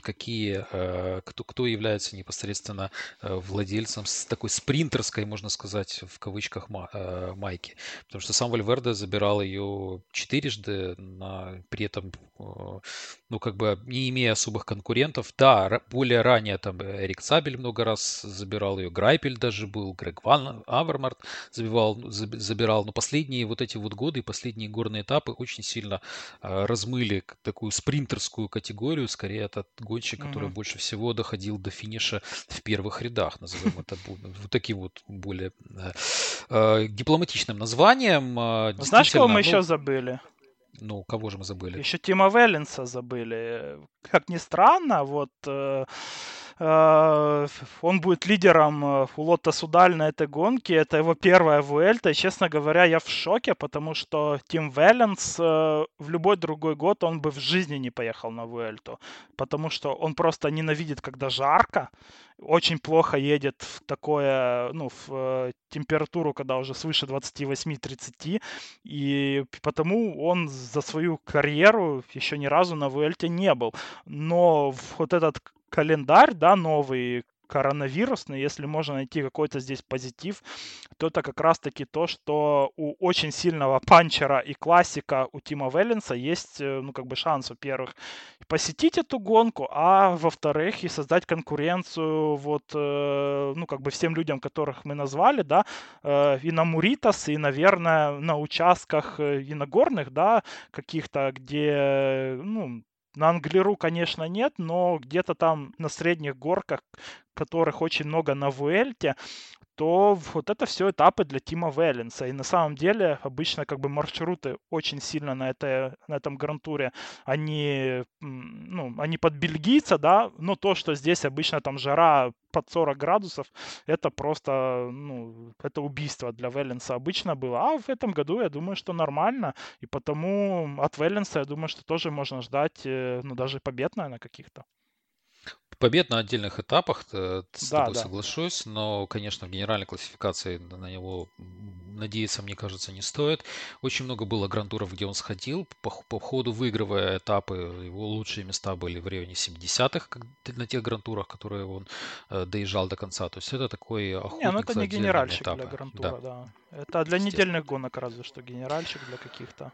кто является непосредственно владельцем с такой спринтерской, можно сказать, в кавычках, майки. Потому что сам Вальверде забирал ее четырежды, при этом, ну, как бы не имея особых конкурентов. Да, более ранее там Эрик Цабель много раз забирал ее, Грайпель даже был, Грег Ван Авермарт забирал. Но последние вот эти вот годы, последние горные этапы очень сильно размыли такую спринтерскую категорию. Скорее, это гонщик, который Мгм. больше всего доходил до финиша в первых рядах, назовем это вот таким вот более дипломатичным названием. Знаешь, кого Действительно, мы еще ну, забыли? ну, кого же мы забыли? Еще Тима Веллинса забыли. Как ни странно, вот он будет лидером у Лотта Судаль на этой гонке. Это его первая Vuelta. И, честно говоря, я в шоке, потому что Тим Веллинс в любой другой год он бы в жизни не поехал на Vuelta. Потому что он просто ненавидит, когда жарко. Очень плохо едет в такое, ну, в температуру, когда уже свыше 28-30. И потому он за свою карьеру еще ни разу на Vuelta не был. Но вот этот календарь, да, новый, коронавирусный, если можно найти какой-то здесь позитив, то это как раз-таки то, что у очень сильного панчера и классика у Тима Веллинса есть, ну, как бы шанс, во-первых, посетить эту гонку, а во-вторых, и создать конкуренцию вот, ну, как бы всем людям, которых мы назвали, да, и на Муритас, и, наверное, на участках и на горных, да, каких-то, где, ну, на Англеру, конечно, нет, но где-то там на средних горках, которых очень много на Вуэльте, то вот это все этапы для Тима Веллинса. И на самом деле обычно как бы маршруты очень сильно на этом гран-туре, ну, они под бельгийца, да, но то, что здесь обычно там жара под 40 градусов, это просто, ну, это убийство для Веллинса обычно было. А в этом году я думаю, что нормально. И потому от Веллинса, я думаю, что тоже можно ждать, ну, даже побед, наверное, каких-то. побед на отдельных этапах, с Да, тобой да. соглашусь, но, конечно, в генеральной классификации на него надеяться, мне кажется, не стоит. Очень много было гран-туров, где он сходил, по ходу выигрывая этапы, его лучшие места были в районе 70-х на тех гран-турах, которые он доезжал до конца. То есть это такой Не, ну охотник это за не отдельными генеральщик для этапами. Да, гран-тура, да. Это для естественно. недельных гонок разве что генеральщик для каких-то.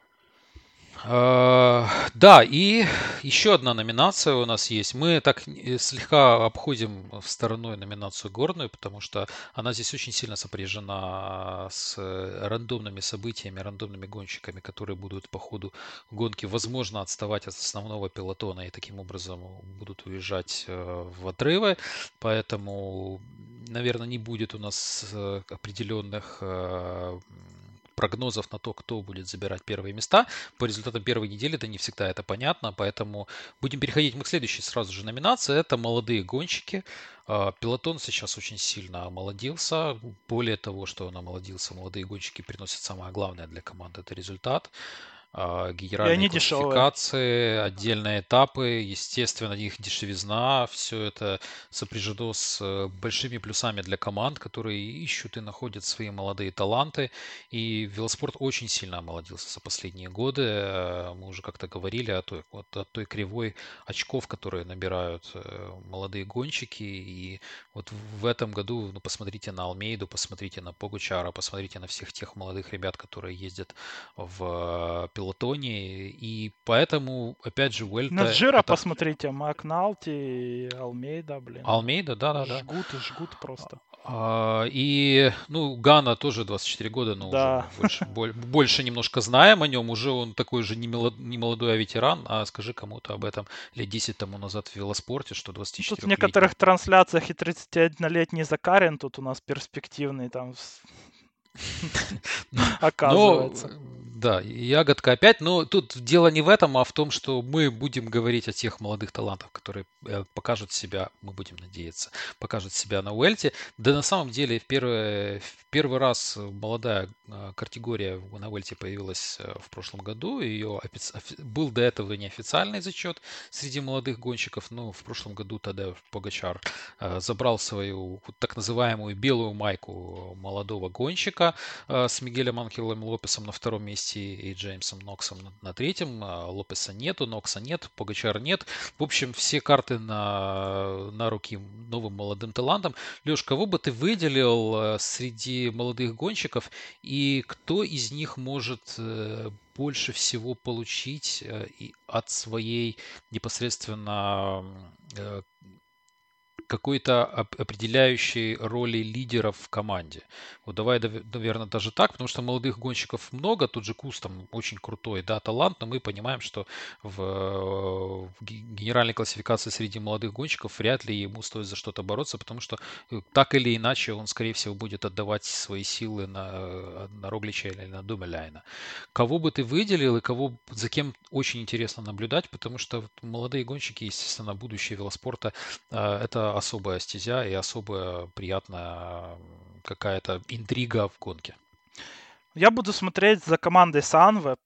Да, и еще одна номинация у нас есть. Мы так слегка обходим в стороной номинацию горную, потому что она здесь очень сильно сопряжена с рандомными событиями, рандомными гонщиками, которые будут по ходу гонки, возможно, отставать от основного пелотона и таким образом будут уезжать в отрывы. Поэтому, наверное, не будет у нас определенных прогнозов на то, кто будет забирать первые места. По результатам первой недели, да не всегда это понятно, поэтому будем переходить мы к следующей сразу же номинации. Это молодые гонщики. Пелотон сейчас очень сильно омолодился. Более того, что он омолодился, молодые гонщики приносят самое главное для команды – это результат. И Генеральные они дешевые. классификации, отдельные этапы, естественно, их дешевизна, все это сопряжено с большими плюсами для команд, которые ищут и находят свои молодые таланты. И велоспорт очень сильно омолодился за последние годы. Мы уже как-то говорили о той кривой очков, которые набирают молодые гонщики. И вот в этом году, ну, посмотрите на Алмейду, посмотрите на Погучара, посмотрите на всех тех молодых ребят, которые ездят в пелотоне. И поэтому, опять же, На Vuelta Джиро это посмотрите, Макналти и Алмейда, блин. Алмейда, да-да-да. Жгут просто. И, ну, Гана тоже 24 года, но уже мы Да. больше немножко знаем о нем. Уже он такой же не молодой, а ветеран. А скажи кому-то об этом лет 10 тому назад в велоспорте, что Тут в 24-летний. некоторых трансляциях и 31-летний Закарин тут у нас перспективный там Но, оказывается. да, ягодка опять. Но тут дело не в этом, а в том, что мы будем говорить о тех молодых талантах, которые покажут себя, мы будем надеяться, покажут себя на Уэльте. Да на самом деле в первый раз молодая категория на Уэльте появилась в прошлом году. Был до этого неофициальный зачет среди молодых гонщиков, но в прошлом году Тадеуш Погачар забрал свою так называемую белую майку молодого гонщика с Мигелем Анхелем Лопесом на втором месте и Джеймсом Ноксом на третьем. Лопеса нету, Нокса нет, Погачар нет. В общем, все карты на руки новым молодым талантам. Леш, кого бы ты выделил среди молодых гонщиков и кто из них может больше всего получить от своей непосредственно э, какой-то определяющей роли лидеров в команде. Вот давай, наверное, даже так, потому что молодых гонщиков много, тут же Кус там очень крутой, да, талант, но мы понимаем, что в генеральной классификации среди молодых гонщиков вряд ли ему стоит за что-то бороться, потому что так или иначе он, скорее всего, будет отдавать свои силы на Роглича или на Думеляйна. Кого бы ты выделил и за кем очень интересно наблюдать, потому что вот молодые гонщики, естественно, будущее велоспорта, это особая стезя и особая приятная какая-то интрига в гонке. Я буду смотреть за командой Sunweb.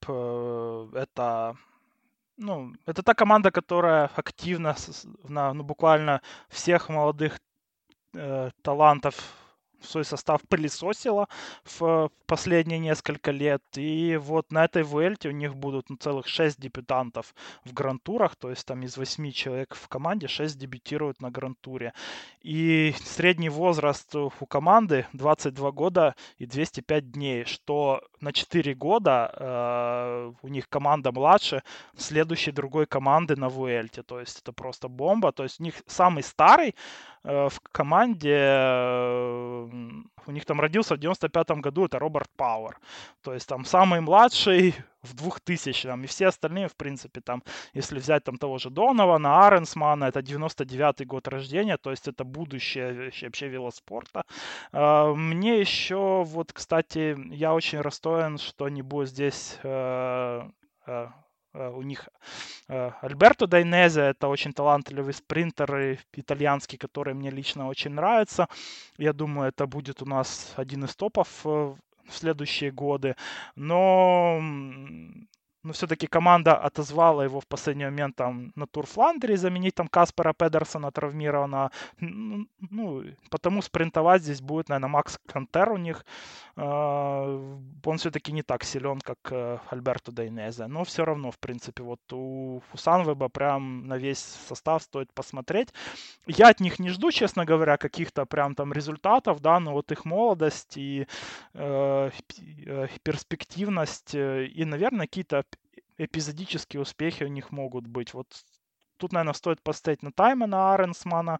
Это та команда, которая активно ну, буквально всех молодых талантов в свой состав пылесосила в последние несколько лет. И вот на этой Vuelta у них будут целых 6 дебютантов в гран-турах, то есть там из 8 человек в команде 6 дебютируют на гран-туре. И средний возраст у команды 22 года и 205 дней, что на 4 года у них команда младше следующей другой команды на Vuelta. То есть это просто бомба. То есть у них самый старый в команде, у них там родился в 95-м году, это Роберт Пауэр. То есть там самый младший в 2000-м, и все остальные, в принципе, там, если взять там того же Донована, Аренсмана, это 99-й год рождения, то есть это будущее вообще велоспорта. Мне еще, вот, кстати, я очень расстроен, что не будет здесь у них Альберто Дайнезе, это очень талантливый спринтер итальянский, который мне лично очень нравится. Я думаю, это будет у нас один из топов в следующие годы. Но но все-таки команда отозвала его в последний момент там на Тур Фландрии заменить там Каспера Педерсона травмированного. Ну, потому спринтовать здесь будет, наверное, Макс Кантер у них. Он все-таки не так силен, как Альберто Дейнезе. Но все равно, в принципе, вот у Санвеба прям на весь состав стоит посмотреть. Я от них не жду, честно говоря, каких-то прям там результатов, да, но вот их молодость и перспективность и, наверное, какие-то эпизодические успехи у них могут быть. Вот тут, наверное, стоит поставить на Таймана Аренсмана.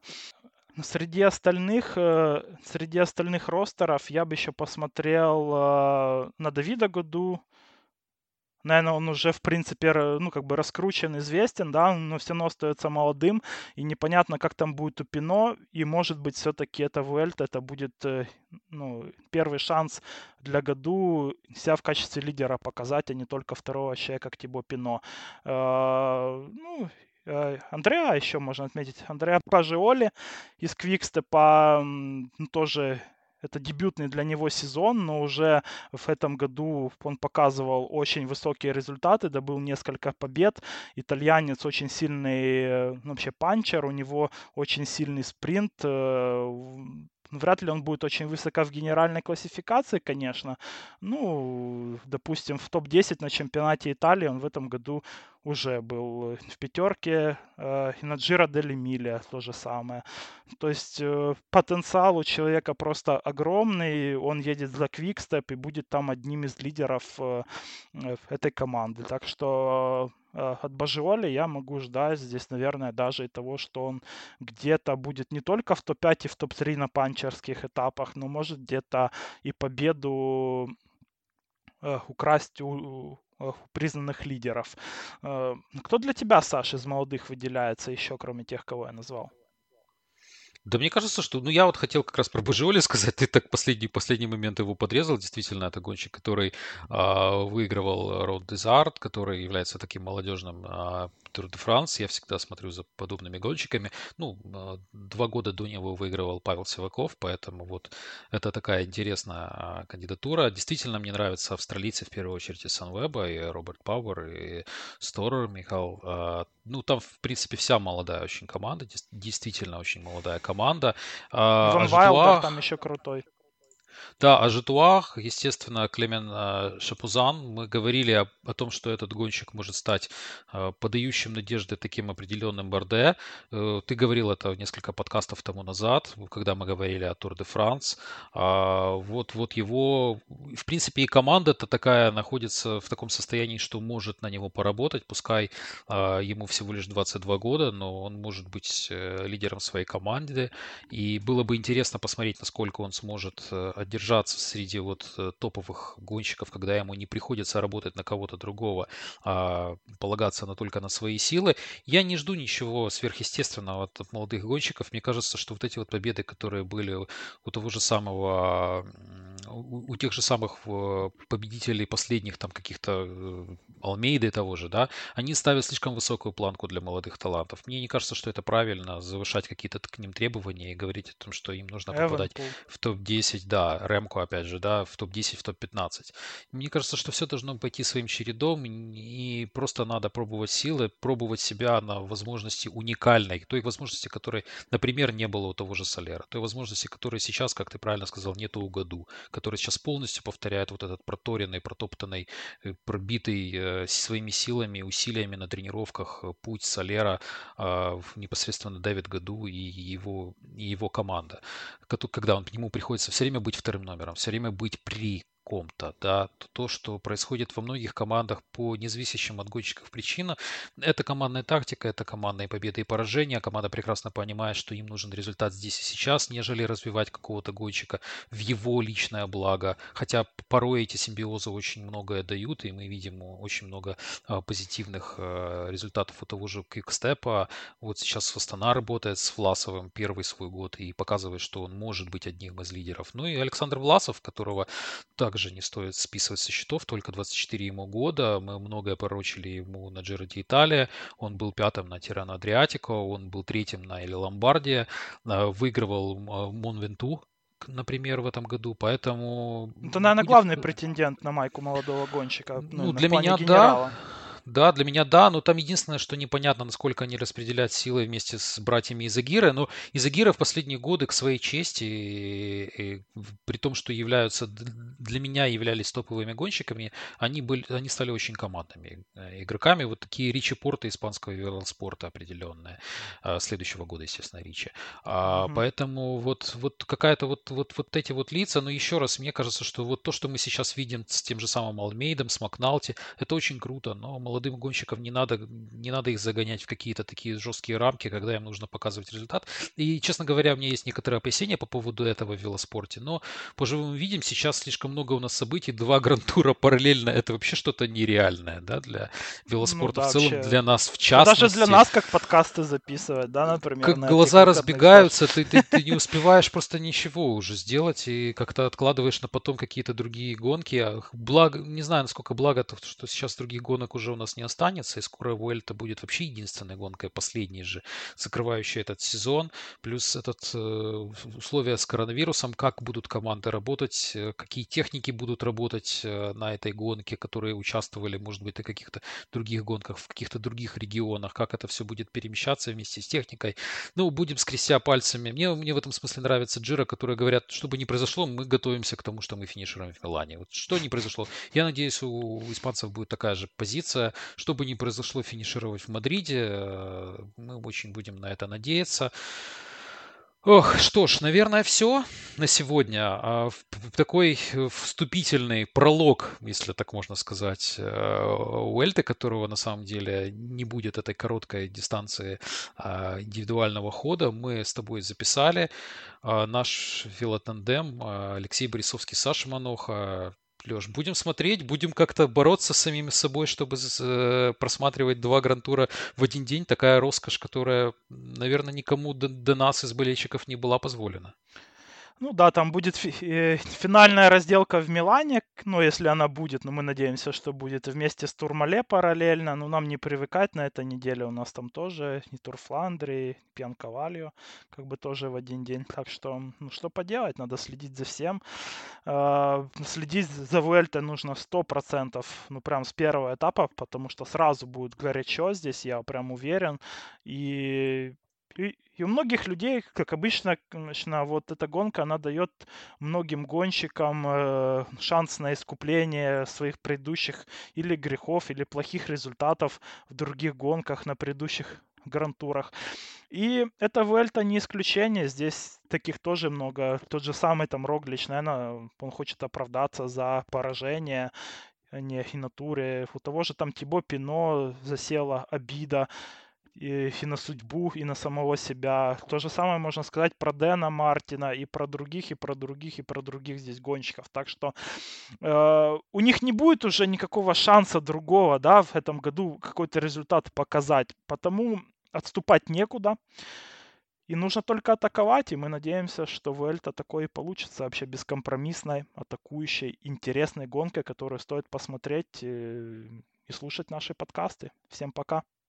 Среди остальных ростеров я бы еще посмотрел на Давида Году. Наверное, он уже, в принципе, ну, как бы раскручен, известен, да, но все равно остается молодым, и непонятно, как там будет у Пино, и, может быть, все-таки это Vuelta, это будет, ну, первый шанс для Году себя в качестве лидера показать, а не только второго человека, как Тибо Пино. Ну, Андреа еще можно отметить. Андреа Пажиоли из Квикстепа тоже это дебютный для него сезон, но уже в этом году он показывал очень высокие результаты, добыл несколько побед. Итальянец очень сильный вообще панчер, у него очень сильный спринт. Вряд ли он будет очень высоко в генеральной классификации, конечно. Ну, допустим, в топ-10 на чемпионате Италии он в этом году уже был в пятерке. И на Джиро дель Эмилия то же самое. То есть потенциал у человека просто огромный. Он едет за Квикстеп и будет там одним из лидеров этой команды. Так что от Бажиоли я могу ждать здесь, наверное, даже и того, что он где-то будет не только в топ-5 и в топ-3 на панчерских этапах, но может где-то и победу украсть у признанных лидеров. Кто для тебя, Саш, из молодых выделяется еще, кроме тех, кого я назвал? Да мне кажется, что, ну, я вот хотел как раз про Бажиоли сказать, ты так последний момент его подрезал, действительно, это гонщик, который выигрывал Road Desert, который является таким молодежным Тур де Франс, я всегда смотрю за подобными гонщиками, ну, 2 года до него выигрывал Павел Сиваков, поэтому вот это такая интересная кандидатура, действительно, мне нравятся австралийцы, в первую очередь, и Санвеба, и Роберт Пауэр, и Сторер, Михал, ну, там, в принципе, вся молодая очень команда, действительно очень молодая команда. Иван Вайлдер там Ажитуах, еще крутой. да, о Жетуах, естественно, Клемен Шапузан. Мы говорили о том, что этот гонщик может стать подающим надежды таким определенным Барде. Ты говорил это несколько подкастов тому назад, когда мы говорили о Тур де Франс. Вот его, в принципе, и команда-то такая находится в таком состоянии, что может на него поработать. Пускай ему всего лишь 22 года, но он может быть лидером своей команды. И было бы интересно посмотреть, насколько он сможет отдержаться среди вот топовых гонщиков, когда ему не приходится работать на кого-то другого, а полагаться только на свои силы. Я не жду ничего сверхъестественного от молодых гонщиков. Мне кажется, что вот эти вот победы, которые были у того же самого, у тех же самых победителей последних там каких-то Алмейды того же, да, они ставят слишком высокую планку для молодых талантов. Мне не кажется, что это правильно, завышать какие-то к ним требования и говорить о том, что им нужно попадать Эвенпул. в топ-10, да, Ремко, опять же, да, в топ-10, в топ-15. Мне кажется, что все должно пойти своим чередом, и просто надо пробовать силы, пробовать себя на возможности уникальной, той возможности, которой, например, не было у того же Солера, той возможности, которой сейчас, как ты правильно сказал, нету у Году, который сейчас полностью повторяет вот этот проторенный, протоптанный, пробитый своими силами, усилиями на тренировках путь Солера непосредственно Дэвид Году и его команда. Когда он к нему приходится все время быть вторым номером, все время быть при ком-то, да, то, что происходит во многих командах по независящим от гонщиков причинам, это командная тактика, это командные победы и поражения, команда прекрасно понимает, что им нужен результат здесь и сейчас, нежели развивать какого-то гонщика в его личное благо, хотя порой эти симбиозы очень многое дают, и мы видим очень много позитивных результатов у того же Квикстепа. Вот сейчас Астана работает с Власовым первый свой год и показывает, что он может быть одним из лидеров. Ну и Александр Власов, которого также не стоит списывать со счетов, только 24 ему года. Мы многое порочили ему на Джиро ди Италия. Он был пятым на Тирано Адриатико, он был третьим на Эле Ломбардия, выигрывал Монвенту например, в этом году. Поэтому Это, наверное, будет... главный претендент на майку молодого гонщика, ну, Ну, именно в для плане меня да. генерала. Да, для меня да, но там единственное, что непонятно, насколько они распределяют силы вместе с братьями Изагира. Но Изагира в последние годы, к своей чести, при том, что являются для меня являлись топовыми гонщиками, они стали очень командными игроками. Вот такие Ричи Порто испанского велоспорта определенные. Следующего года, естественно, Ричи. Мгм. Поэтому вот какая-то вот эти вот лица. Но еще раз, мне кажется, что вот то, что мы сейчас видим с тем же самым Алмейдом, с Макналти, это очень круто, но молодым гонщикам не надо их загонять в какие-то такие жесткие рамки, когда им нужно показывать результат. И, честно говоря, у меня есть некоторые опасения по поводу этого в велоспорте, но по живым видим, сейчас слишком много у нас событий, два гран-тура параллельно, это вообще что-то нереальное, да, для Ну велоспорта в да, целом, вообще. для нас в Да даже для частности. нас, как подкасты записывать, да, например, Как на этих глаза выходных тоже. разбегаются, ты не успеваешь просто ничего уже сделать и как-то откладываешь на потом какие-то другие гонки. Благо, не знаю, насколько благо то, что сейчас других гонок уже у нас не останется, и скоро Vuelta будет вообще единственной гонкой, последней же, закрывающей этот сезон. Плюс условия с коронавирусом, как будут команды работать, какие техники будут работать на этой гонке, которые участвовали, может быть, на каких-то других гонках, в каких-то других регионах, как это все будет перемещаться вместе с техникой. Ну, будем скрестя пальцами. Мне в этом смысле нравится Джира, которые говорят, что бы ни произошло, мы готовимся к тому, что мы финишируем в Милане. Вот что ни произошло. Я надеюсь, у испанцев будет такая же позиция. Что бы ни произошло, финишировать в Мадриде. Мы очень будем на это надеяться. Ох, что ж, наверное, все на сегодня. Такой вступительный пролог, если так можно сказать, Уэльты, которого на самом деле не будет этой короткой дистанции индивидуального хода, мы с тобой записали. Наш велотандем Алексей Борисовский, Саша Маноха. Леш, будем смотреть, будем как-то бороться с самими собой, чтобы просматривать два гран-тура в один день. Такая роскошь, которая, наверное, никому до нас из болельщиков не была позволена. Ну да, там будет финальная разделка в Милане, ну, если она будет, но мы надеемся, что будет вместе с Турмале параллельно. Но нам не привыкать на этой неделе, у нас там тоже и Тур Фландрии, Пьянкавальо, как бы тоже в один день. Так что, ну, что поделать, надо следить за всем. Следить за Vuelta нужно 100%, ну, прям с первого этапа, потому что сразу будет горячо здесь, я прям уверен. И у многих людей, как обычно, конечно, вот эта гонка, она дает многим гонщикам шанс на искупление своих предыдущих или грехов, или плохих результатов в других гонках на предыдущих гран-турах. И это Vuelta не исключение, здесь таких тоже много. Тот же самый там Роглич, наверное, он хочет оправдаться за поражение не и на туре. У того же там Тибо Пино засела обида и на судьбу, и на самого себя. То же самое можно сказать про Дэна Мартина, и про других, и про других, и про других здесь гонщиков. Так что у них не будет уже никакого шанса другого, да, в этом году какой-то результат показать. Потому отступать некуда. И нужно только атаковать, и мы надеемся, что Vuelta такой и получится вообще бескомпромиссной, атакующей, интересной гонкой, которую стоит посмотреть и слушать наши подкасты. Всем пока!